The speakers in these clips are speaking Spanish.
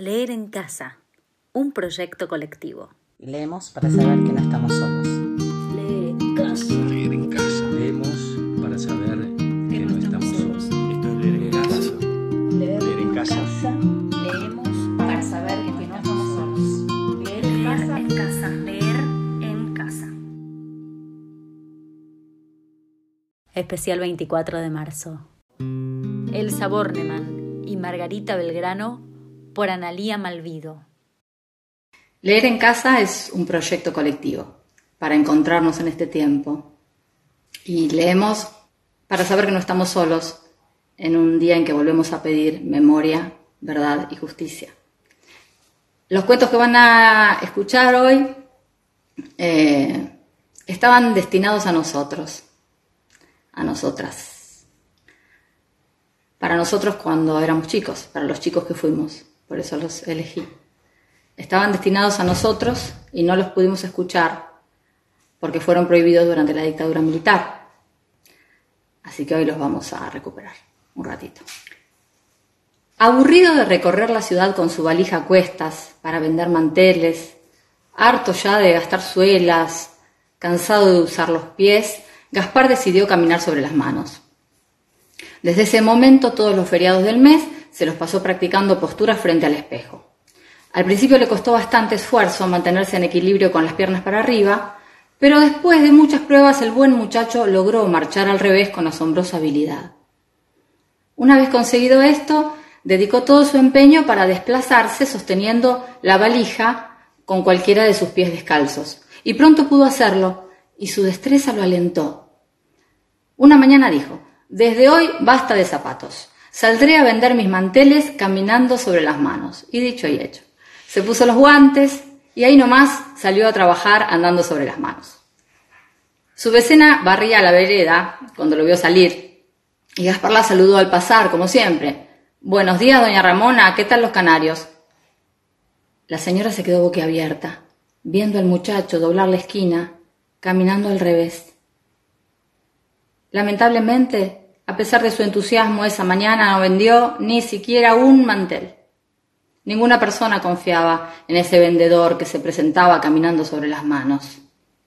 Leer en casa, un proyecto colectivo. Leemos para saber que no estamos solos. Leer en casa. Leer en casa. Leemos para saber que no estamos solos. Esto es leer en casa. Leer en casa. Leemos para saber que no estamos solos. Leer en casa. Leer en casa. Especial 24 de marzo. Elsa Bornemann y Margarita Belgrano por Analía Malvido. Leer en casa es un proyecto colectivo para encontrarnos en este tiempo. Y leemos para saber que no estamos solos en un día en que volvemos a pedir memoria, verdad y justicia. Los cuentos que van a escuchar hoy estaban destinados a nosotros, a nosotras. Para nosotros cuando éramos chicos, para los chicos que fuimos, por eso los elegí. Estaban destinados a nosotros y no los pudimos escuchar porque fueron prohibidos durante la dictadura militar. Así que hoy los vamos a recuperar un ratito. Aburrido de recorrer la ciudad con su valija a cuestas para vender manteles, harto ya de gastar suelas, cansado de usar los pies, Gaspar decidió caminar sobre las manos. Desde ese momento, todos los feriados del mes se los pasó practicando posturas frente al espejo. Al principio le costó bastante esfuerzo mantenerse en equilibrio con las piernas para arriba, pero después de muchas pruebas el buen muchacho logró marchar al revés con asombrosa habilidad. Una vez conseguido esto, dedicó todo su empeño para desplazarse sosteniendo la valija con cualquiera de sus pies descalzos, y pronto pudo hacerlo, y su destreza lo alentó. Una mañana dijo: «Desde hoy basta de zapatos. Saldré a vender mis manteles caminando sobre las manos». Y dicho y hecho. Se puso los guantes y ahí nomás salió a trabajar andando sobre las manos. Su vecina barría la vereda cuando lo vio salir y Gaspar la saludó al pasar, como siempre. «Buenos días, doña Ramona, ¿qué tal los canarios?». La señora se quedó boquiabierta, viendo al muchacho doblar la esquina, caminando al revés. Lamentablemente, a pesar de su entusiasmo, esa mañana no vendió ni siquiera un mantel. Ninguna persona confiaba en ese vendedor que se presentaba caminando sobre las manos.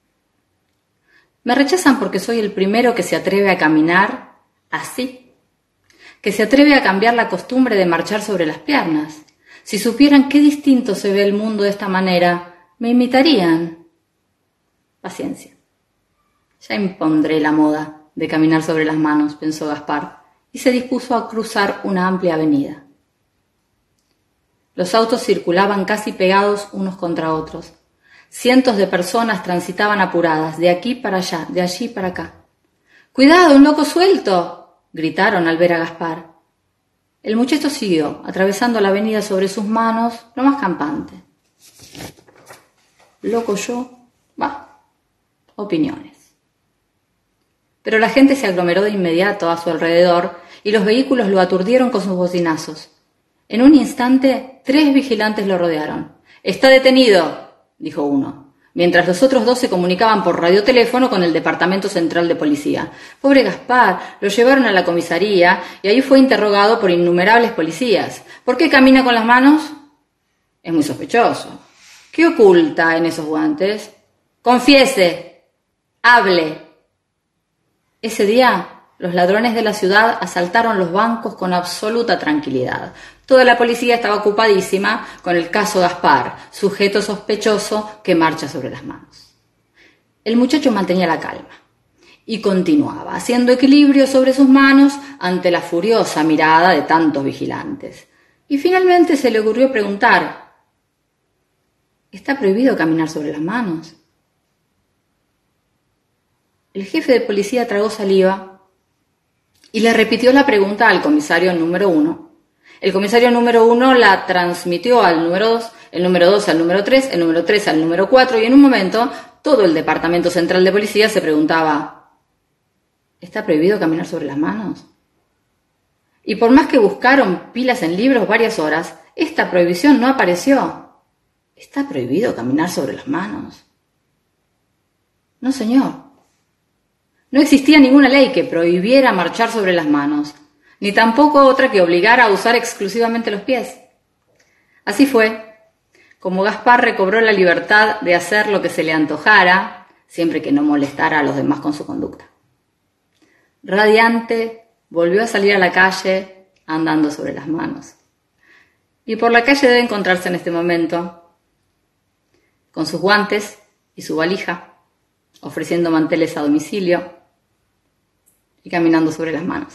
«Me rechazan porque soy el primero que se atreve a caminar así, que se atreve a cambiar la costumbre de marchar sobre las piernas. Si supieran qué distinto se ve el mundo de esta manera, me imitarían». Paciencia. Ya impondré la moda de caminar sobre las manos, pensó Gaspar, y se dispuso a cruzar una amplia avenida. Los autos circulaban casi pegados unos contra otros. Cientos de personas transitaban apuradas, de aquí para allá, de allí para acá. «¡Cuidado, un loco suelto!», gritaron al ver a Gaspar. El muchacho siguió, atravesando la avenida sobre sus manos, lo más campante. «Loco yo, opiniones». Pero la gente se aglomeró de inmediato a su alrededor y los vehículos lo aturdieron con sus bocinazos. En un instante, 3 vigilantes lo rodearon. «¡Está detenido!», dijo uno, mientras los otros 2 se comunicaban por radioteléfono con el Departamento Central de Policía. «Pobre Gaspar, lo llevaron a la comisaría y ahí fue interrogado por innumerables policías. ¿Por qué camina con las manos?». «Es muy sospechoso». «¿Qué oculta en esos guantes?». «Confiese. Hable». Ese día, los ladrones de la ciudad asaltaron los bancos con absoluta tranquilidad. Toda la policía estaba ocupadísima con el caso Gaspar, sujeto sospechoso que marcha sobre las manos. El muchacho mantenía la calma y continuaba haciendo equilibrio sobre sus manos ante la furiosa mirada de tantos vigilantes. Y finalmente se le ocurrió preguntar: «¿Está prohibido caminar sobre las manos?». El jefe de policía tragó saliva y le repitió la pregunta al comisario número 1. El comisario número 1 la transmitió al número 2, el número 2 al número 3, el número 3 al número 4 y en un momento todo el Departamento Central de Policía se preguntaba: ¿está prohibido caminar sobre las manos? Y por más que buscaron pilas en libros varias horas, esta prohibición no apareció. ¿Está prohibido caminar sobre las manos? No, señor. No existía ninguna ley que prohibiera marchar sobre las manos, ni tampoco otra que obligara a usar exclusivamente los pies. Así fue, como Gaspar recobró la libertad de hacer lo que se le antojara, siempre que no molestara a los demás con su conducta. Radiante, volvió a salir a la calle andando sobre las manos. Y por la calle debe encontrarse en este momento, con sus guantes y su valija, ofreciendo manteles a domicilio y caminando sobre las manos.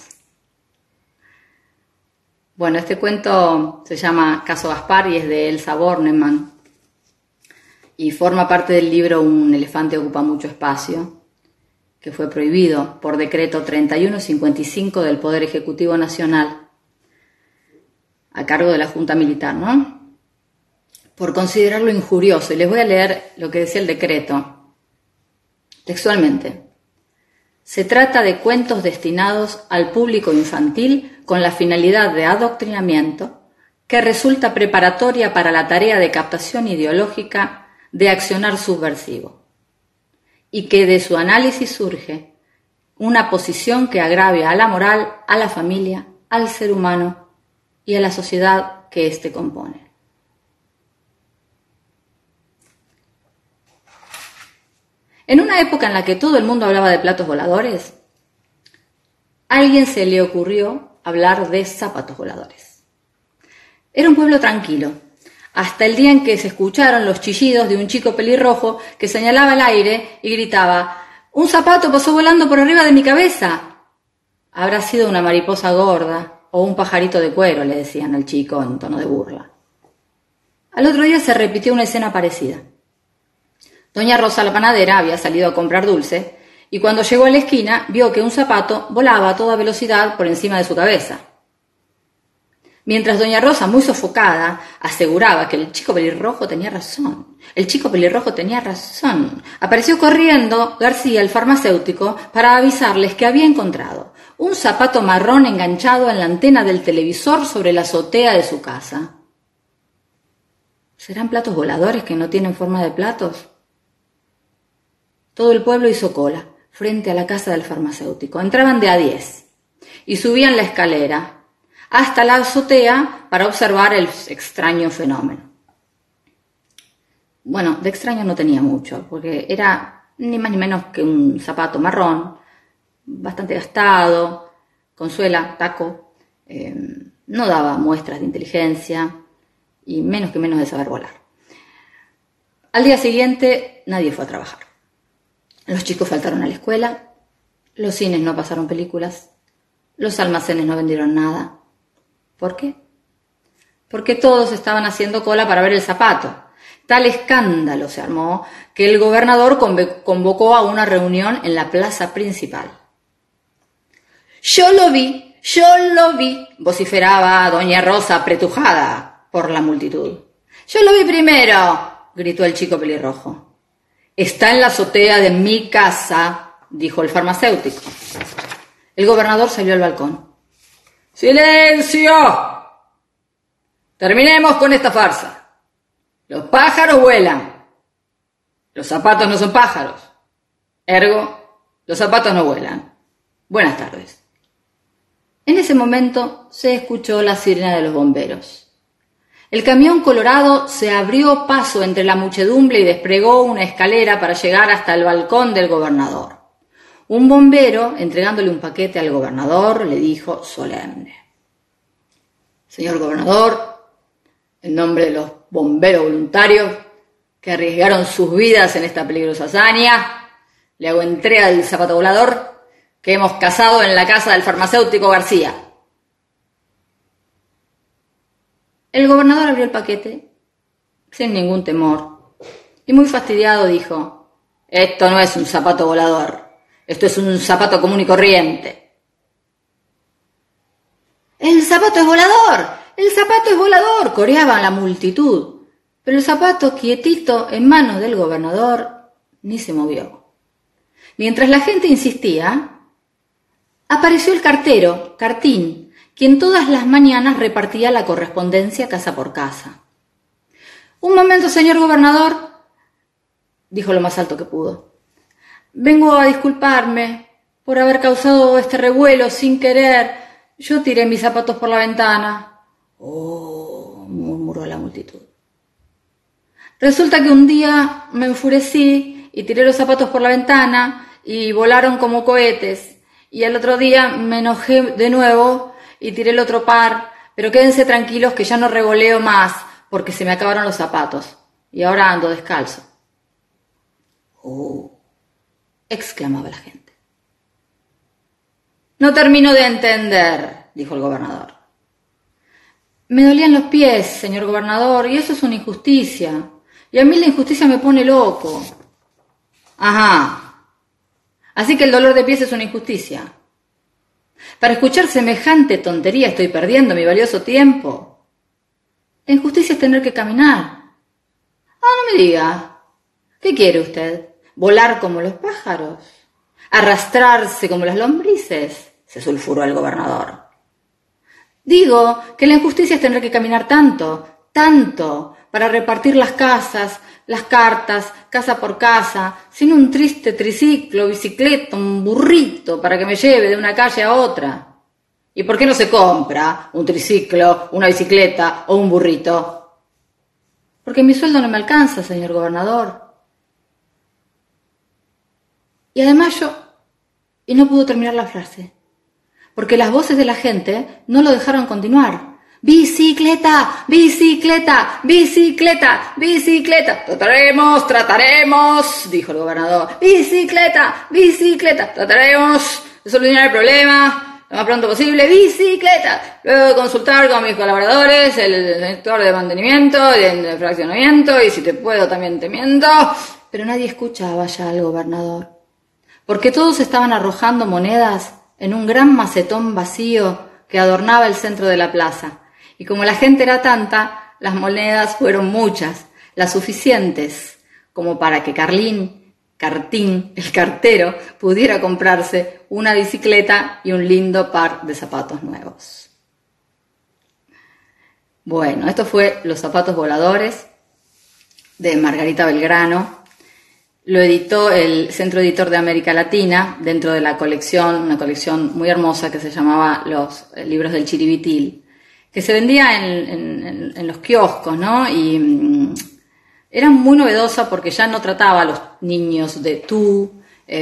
Bueno, este cuento se llama Caso Gaspar y es de Elsa Bornemann y forma parte del libro Un elefante ocupa mucho espacio, que fue prohibido por decreto 3155 del Poder Ejecutivo Nacional a cargo de la Junta Militar, ¿no? Por considerarlo injurioso. Y les voy a leer lo que decía el decreto. Textualmente. Se trata de cuentos destinados al público infantil con la finalidad de adoctrinamiento que resulta preparatoria para la tarea de captación ideológica de accionar subversivo y que de su análisis surge una posición que agrave a la moral, a la familia, al ser humano y a la sociedad que éste compone. En una época en la que todo el mundo hablaba de platos voladores, a alguien se le ocurrió hablar de zapatos voladores. Era un pueblo tranquilo, hasta el día en que se escucharon los chillidos de un chico pelirrojo que señalaba el aire y gritaba: «¡Un zapato pasó volando por arriba de mi cabeza!». Habrá sido una mariposa gorda o un pajarito de cuero, le decían al chico en tono de burla. Al otro día se repitió una escena parecida. Doña Rosa, la panadera, había salido a comprar dulce y cuando llegó a la esquina vio que un zapato volaba a toda velocidad por encima de su cabeza. Mientras doña Rosa, muy sofocada, aseguraba que el chico pelirrojo tenía razón. El chico pelirrojo tenía razón. Apareció corriendo García, el farmacéutico, para avisarles que había encontrado un zapato marrón enganchado en la antena del televisor sobre la azotea de su casa. ¿Serán platos voladores que no tienen forma de platos? Todo el pueblo hizo cola frente a la casa del farmacéutico. Entraban de a 10 y subían la escalera hasta la azotea para observar el extraño fenómeno. Bueno, de extraño no tenía mucho, porque era ni más ni menos que un zapato marrón, bastante gastado, con suela, taco, no daba muestras de inteligencia y menos de saber volar. Al día siguiente nadie fue a trabajar. Los chicos faltaron a la escuela, los cines no pasaron películas, los almacenes no vendieron nada. ¿Por qué? Porque todos estaban haciendo cola para ver el zapato. Tal escándalo se armó que el gobernador convocó a una reunión en la plaza principal. Yo lo vi, vociferaba doña Rosa apretujada por la multitud. Yo lo vi primero, gritó el chico pelirrojo. Está en la azotea de mi casa, dijo el farmacéutico. El gobernador salió al balcón. ¡Silencio! Terminemos con esta farsa. Los pájaros vuelan. Los zapatos no son pájaros. Ergo, los zapatos no vuelan. Buenas tardes. En ese momento se escuchó la sirena de los bomberos. El camión colorado se abrió paso entre la muchedumbre y desplegó una escalera para llegar hasta el balcón del gobernador. Un bombero, entregándole un paquete al gobernador, le dijo solemne: Señor gobernador, en nombre de los bomberos voluntarios que arriesgaron sus vidas en esta peligrosa hazaña, le hago entrega del zapato volador que hemos cazado en la casa del farmacéutico García. El gobernador abrió el paquete sin ningún temor y muy fastidiado dijo: esto no es un zapato volador, esto es un zapato común y corriente. ¡El zapato es volador! ¡El zapato es volador!, coreaba la multitud, pero el zapato, quietito en manos del gobernador, ni se movió. Mientras la gente insistía, apareció el cartero, Cartín, quien todas las mañanas repartía la correspondencia casa por casa. Un momento, señor gobernador, dijo lo más alto que pudo. Vengo a disculparme por haber causado este revuelo sin querer. Yo tiré mis zapatos por la ventana. Oh, murmuró la multitud. Resulta que un día me enfurecí y tiré los zapatos por la ventana y volaron como cohetes. Y el otro día me enojé de nuevo y tiré el otro par, pero quédense tranquilos que ya no revoleo más porque se me acabaron los zapatos y ahora ando descalzo. ¡Oh!, exclamaba la gente. No termino de entender, dijo el gobernador. Me dolían los pies, señor gobernador, y eso es una injusticia. Y a mí la injusticia me pone loco. Ajá. Así que el dolor de pies es una injusticia. Para escuchar semejante tontería estoy perdiendo mi valioso tiempo. La injusticia es tener que caminar. No me diga. ¿Qué quiere usted? ¿Volar como los pájaros? ¿Arrastrarse como las lombrices?, se sulfuró el gobernador. Digo que la injusticia es tener que caminar tanto, para repartir las casas, las cartas, casa por casa, sin un triste triciclo, bicicleta, un burrito para que me lleve de una calle a otra. ¿Y por qué no se compra un triciclo, una bicicleta o un burrito? Porque mi sueldo no me alcanza, señor gobernador. Y además y no pudo terminar la frase, porque las voces de la gente no lo dejaron continuar. ¡Bicicleta! ¡Bicicleta! ¡Bicicleta! ¡Bicicleta! Trataremos, dijo el gobernador. ¡Bicicleta! ¡Bicicleta! Trataremos de solucionar el problema lo más pronto posible. ¡Bicicleta! Luego de consultar con mis colaboradores, el sector de mantenimiento y de fraccionamiento, y si te puedo también te miento. Pero nadie escuchaba ya al gobernador, porque todos estaban arrojando monedas en un gran macetón vacío que adornaba el centro de la plaza. Y como la gente era tanta, las monedas fueron muchas, las suficientes como para que Cartín, el cartero, pudiera comprarse una bicicleta y un lindo par de zapatos nuevos. Bueno, esto fue Los zapatos voladores, de Margarita Belgrano. Lo editó el Centro Editor de América Latina dentro de la colección, una colección muy hermosa que se llamaba Los libros del Chiribitil, que se vendía en los kioscos, ¿no? Y era muy novedosa porque ya no trataba a los niños de tú.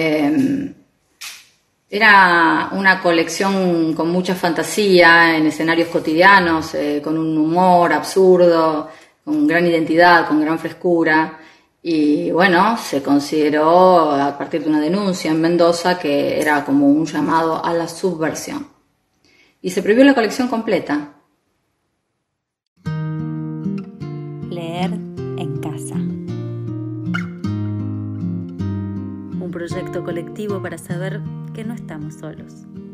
Era una colección con mucha fantasía, en escenarios cotidianos, con un humor absurdo, con gran identidad, con gran frescura. Y bueno, se consideró a partir de una denuncia en Mendoza que era como un llamado a la subversión. Y se prohibió la colección completa. Leer en casa. Un proyecto colectivo para saber que no estamos solos.